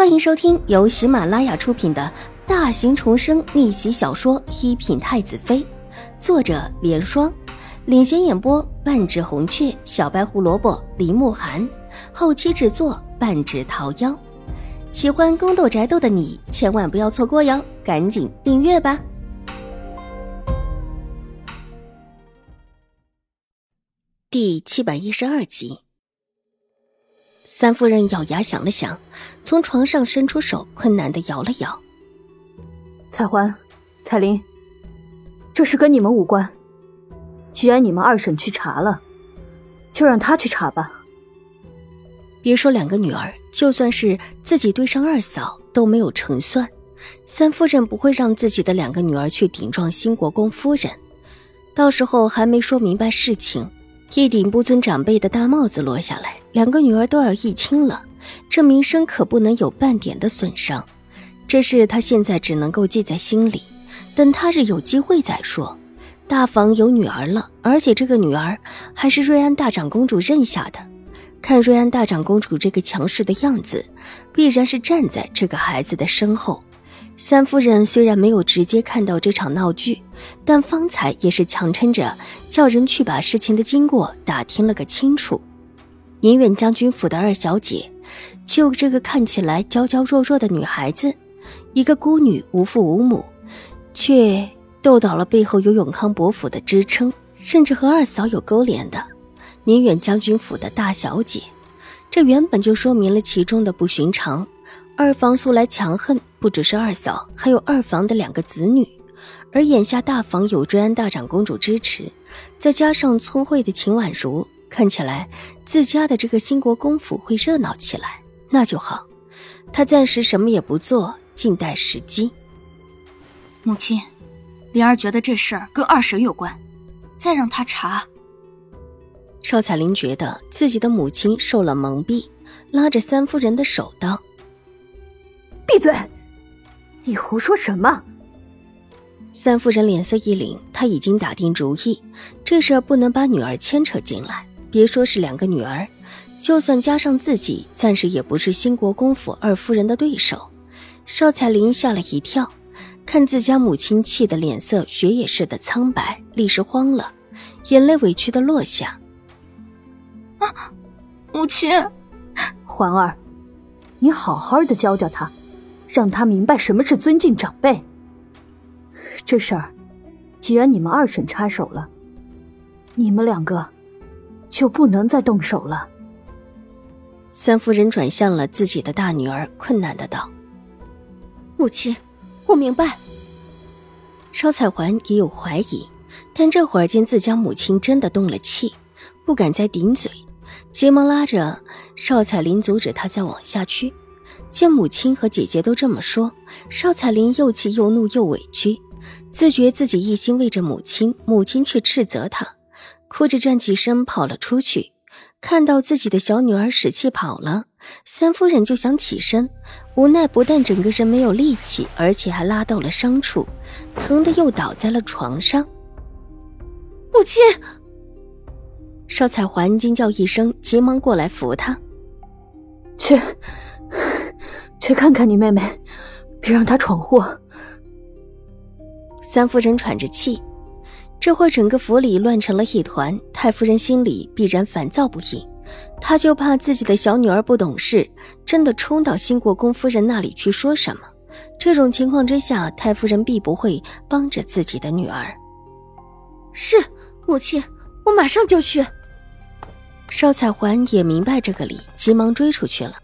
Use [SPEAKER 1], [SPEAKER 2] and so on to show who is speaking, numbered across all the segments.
[SPEAKER 1] 欢迎收听由喜马拉雅出品的大型重生逆袭小说《一品太子妃》，作者莲霜，领衔演播半指红雀、小白胡萝卜、林慕寒，后期制作半指桃夭。喜欢宫斗宅斗的你千万不要错过哟，赶紧订阅吧。第712集。三夫人咬牙想了想，从床上伸出手，困难地摇了摇。
[SPEAKER 2] 彩环、彩玲，这事跟你们无关，既然你们二婶去查了，就让她去查吧。
[SPEAKER 1] 别说两个女儿，就算是自己对上二嫂都没有成算，三夫人不会让自己的两个女儿去顶撞新国公夫人，到时候还没说明白事情，一顶不尊长辈的大帽子落下来，两个女儿都要议亲了，这名声可不能有半点的损伤。这事她现在只能够记在心里，等他日有机会再说。大房有女儿了，而且这个女儿还是瑞安大长公主认下的。看瑞安大长公主这个强势的样子，必然是站在这个孩子的身后。三夫人虽然没有直接看到这场闹剧，但方才也是强撑着叫人去把事情的经过打听了个清楚。宁远将军府的二小姐，就这个看起来娇娇弱弱的女孩子，一个孤女无父无母，却斗倒了背后有永康伯府的支撑，甚至和二嫂有勾连的宁远将军府的大小姐，这原本就说明了其中的不寻常。二房素来强横，不只是二嫂，还有二房的两个子女，而眼下大房有瑞安大长公主支持，再加上聪慧的秦婉如，看起来自家的这个新国公府会热闹起来，那就好。她暂时什么也不做，静待时机。
[SPEAKER 3] 母亲，灵儿觉得这事儿跟二婶有关，再让她查。
[SPEAKER 1] 邵彩玲觉得自己的母亲受了蒙蔽，拉着三夫人的手道：
[SPEAKER 2] 闭嘴！你胡说什么？
[SPEAKER 1] 三夫人脸色一凛，她已经打定主意，这事不能把女儿牵扯进来。别说是两个女儿，就算加上自己，暂时也不是新国公府二夫人的对手。邵彩玲吓了一跳，看自家母亲气得脸色雪野似的苍白，立时慌了，眼泪委屈地落下。
[SPEAKER 3] 母亲，
[SPEAKER 2] 环儿，你好好的教教她，让她明白什么是尊敬长辈。这事儿既然你们二婶插手了，你们两个就不能再动手了。
[SPEAKER 1] 三夫人转向了自己的大女儿，困难的道：
[SPEAKER 4] 母亲，我明白。
[SPEAKER 1] 邵彩环也有怀疑，但这会儿见自家母亲真的动了气，不敢再顶嘴，急忙拉着邵彩玲阻止她再往下去。见母亲和姐姐都这么说，邵彩玲又气又怒又委屈，自觉自己一心为着母亲，母亲却斥责她，哭着站起身跑了出去。看到自己的小女儿使气跑了，三夫人就想起身，无奈不但整个人没有力气，而且还拉到了伤处，疼得又倒在了床上。
[SPEAKER 4] 母亲！
[SPEAKER 1] 邵彩环惊叫一声，急忙过来扶她。
[SPEAKER 2] 去看看你妹妹，别让她闯祸。
[SPEAKER 1] 三夫人喘着气，这会整个府里乱成了一团，太夫人心里必然烦躁不已，她就怕自己的小女儿不懂事，真的冲到新国公夫人那里去说什么。这种情况之下，太夫人必不会帮着自己的女儿。
[SPEAKER 4] 是，母亲，我马上就去。
[SPEAKER 1] 邵彩环也明白这个理，急忙追出去了。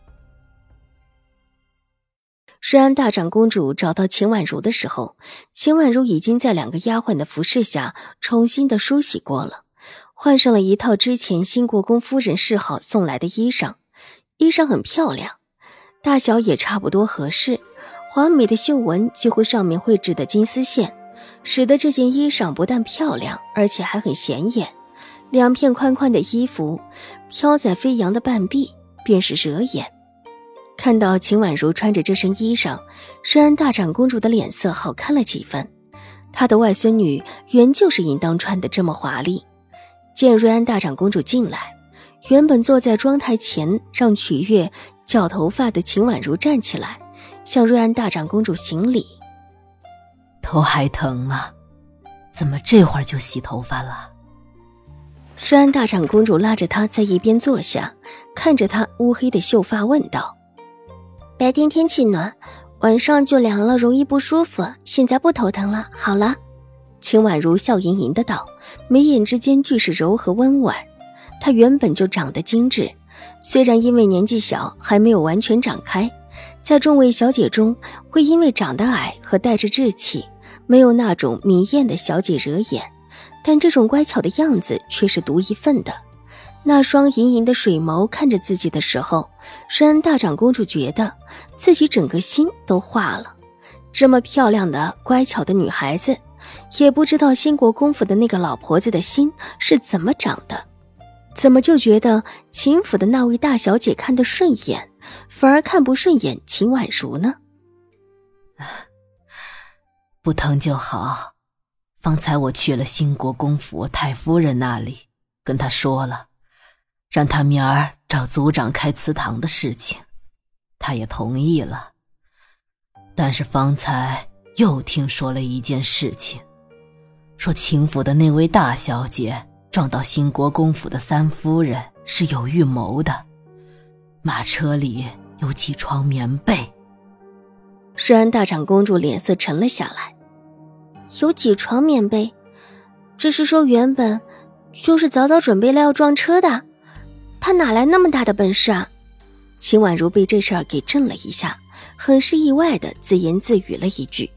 [SPEAKER 1] 瑞安大长公主找到秦婉如的时候，秦婉如已经在两个丫鬟的服侍下重新的梳洗过了，换上了一套之前新国公夫人侍好送来的衣裳，衣裳很漂亮，大小也差不多合适，华美的绣纹几乎上面绘制的金丝线，使得这件衣裳不但漂亮，而且还很显眼。两片宽宽的衣服飘在飞扬的半臂，便是惹眼。看到秦婉如穿着这身衣裳，瑞安大长公主的脸色好看了几分。她的外孙女原就是应当穿得这么华丽。见瑞安大长公主进来，原本坐在妆台前让曲月绞头发的秦婉如站起来，向瑞安大长公主行礼。
[SPEAKER 5] 头还疼吗？怎么这会儿就洗头发了？
[SPEAKER 1] 瑞安大长公主拉着她在一边坐下，看着她乌黑的秀发问道：
[SPEAKER 4] 白天天气暖，晚上就凉了，容易不舒服，现在不头疼了，好了。
[SPEAKER 1] 秦婉如笑盈盈的道，眉眼之间俱是柔和温婉。她原本就长得精致，虽然因为年纪小还没有完全长开，在众位小姐中会因为长得矮和带着稚气，没有那种明艳的小姐惹眼，但这种乖巧的样子却是独一份的。那双盈盈的水眸看着自己的时候，瑞安大长公主觉得自己整个心都化了。这么漂亮的乖巧的女孩子，也不知道兴国公府的那个老婆子的心是怎么长的，怎么就觉得秦府的那位大小姐看得顺眼，反而看不顺眼秦婉如呢？
[SPEAKER 5] 不疼就好。方才我去了兴国公府太夫人那里，跟她说了，让她明儿找族长开祠堂的事情，她也同意了。但是方才又听说了一件事情，说秦府的那位大小姐撞到兴国公府的三夫人是有预谋的，马车里有几床棉被。
[SPEAKER 1] 瑞安大长公主脸色沉了下来。
[SPEAKER 4] 有几床棉被？这是说原本就是早早准备了要撞车的？她哪来那么大的本事啊？
[SPEAKER 1] 秦婉如被这事儿给震了一下，很是意外的自言自语了一句：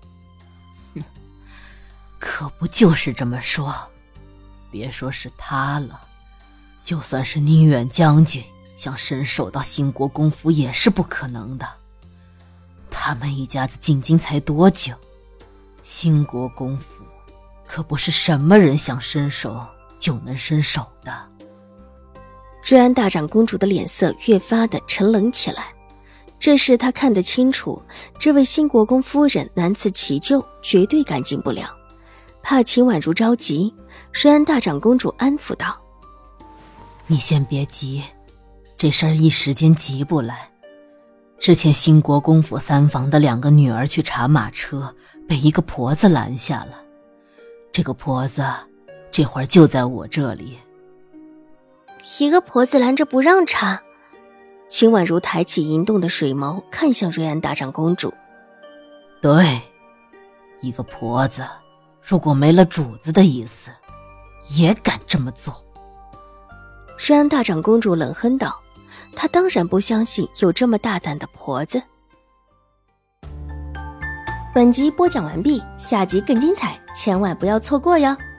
[SPEAKER 5] 可不就是这么说，别说是他了，就算是宁远将军想伸手到兴国公府也是不可能的。他们一家子进京才多久，兴国公府可不是什么人想伸手就能伸手的。
[SPEAKER 1] 瑞安大长公主的脸色越发的沉冷起来，这时她看得清楚，这位兴国公夫人难辞其咎，绝对干净不了。怕秦婉如着急，瑞安大长公主安抚道：
[SPEAKER 5] 你先别急，这事儿一时间急不来。之前兴国公府三房的2个女儿去查马车，被一个婆子拦下了。这个婆子这会儿就在我这里。
[SPEAKER 4] 一个婆子拦着不让查？
[SPEAKER 1] 秦婉如抬起盈动的水眸看向瑞安大长公主。
[SPEAKER 5] 对，一个婆子如果没了主子的意思，也敢这么做。
[SPEAKER 1] 瑞安大长公主冷哼道，她当然不相信有这么大胆的婆子。
[SPEAKER 4] 本集播讲完毕，下集更精彩，千万不要错过哟。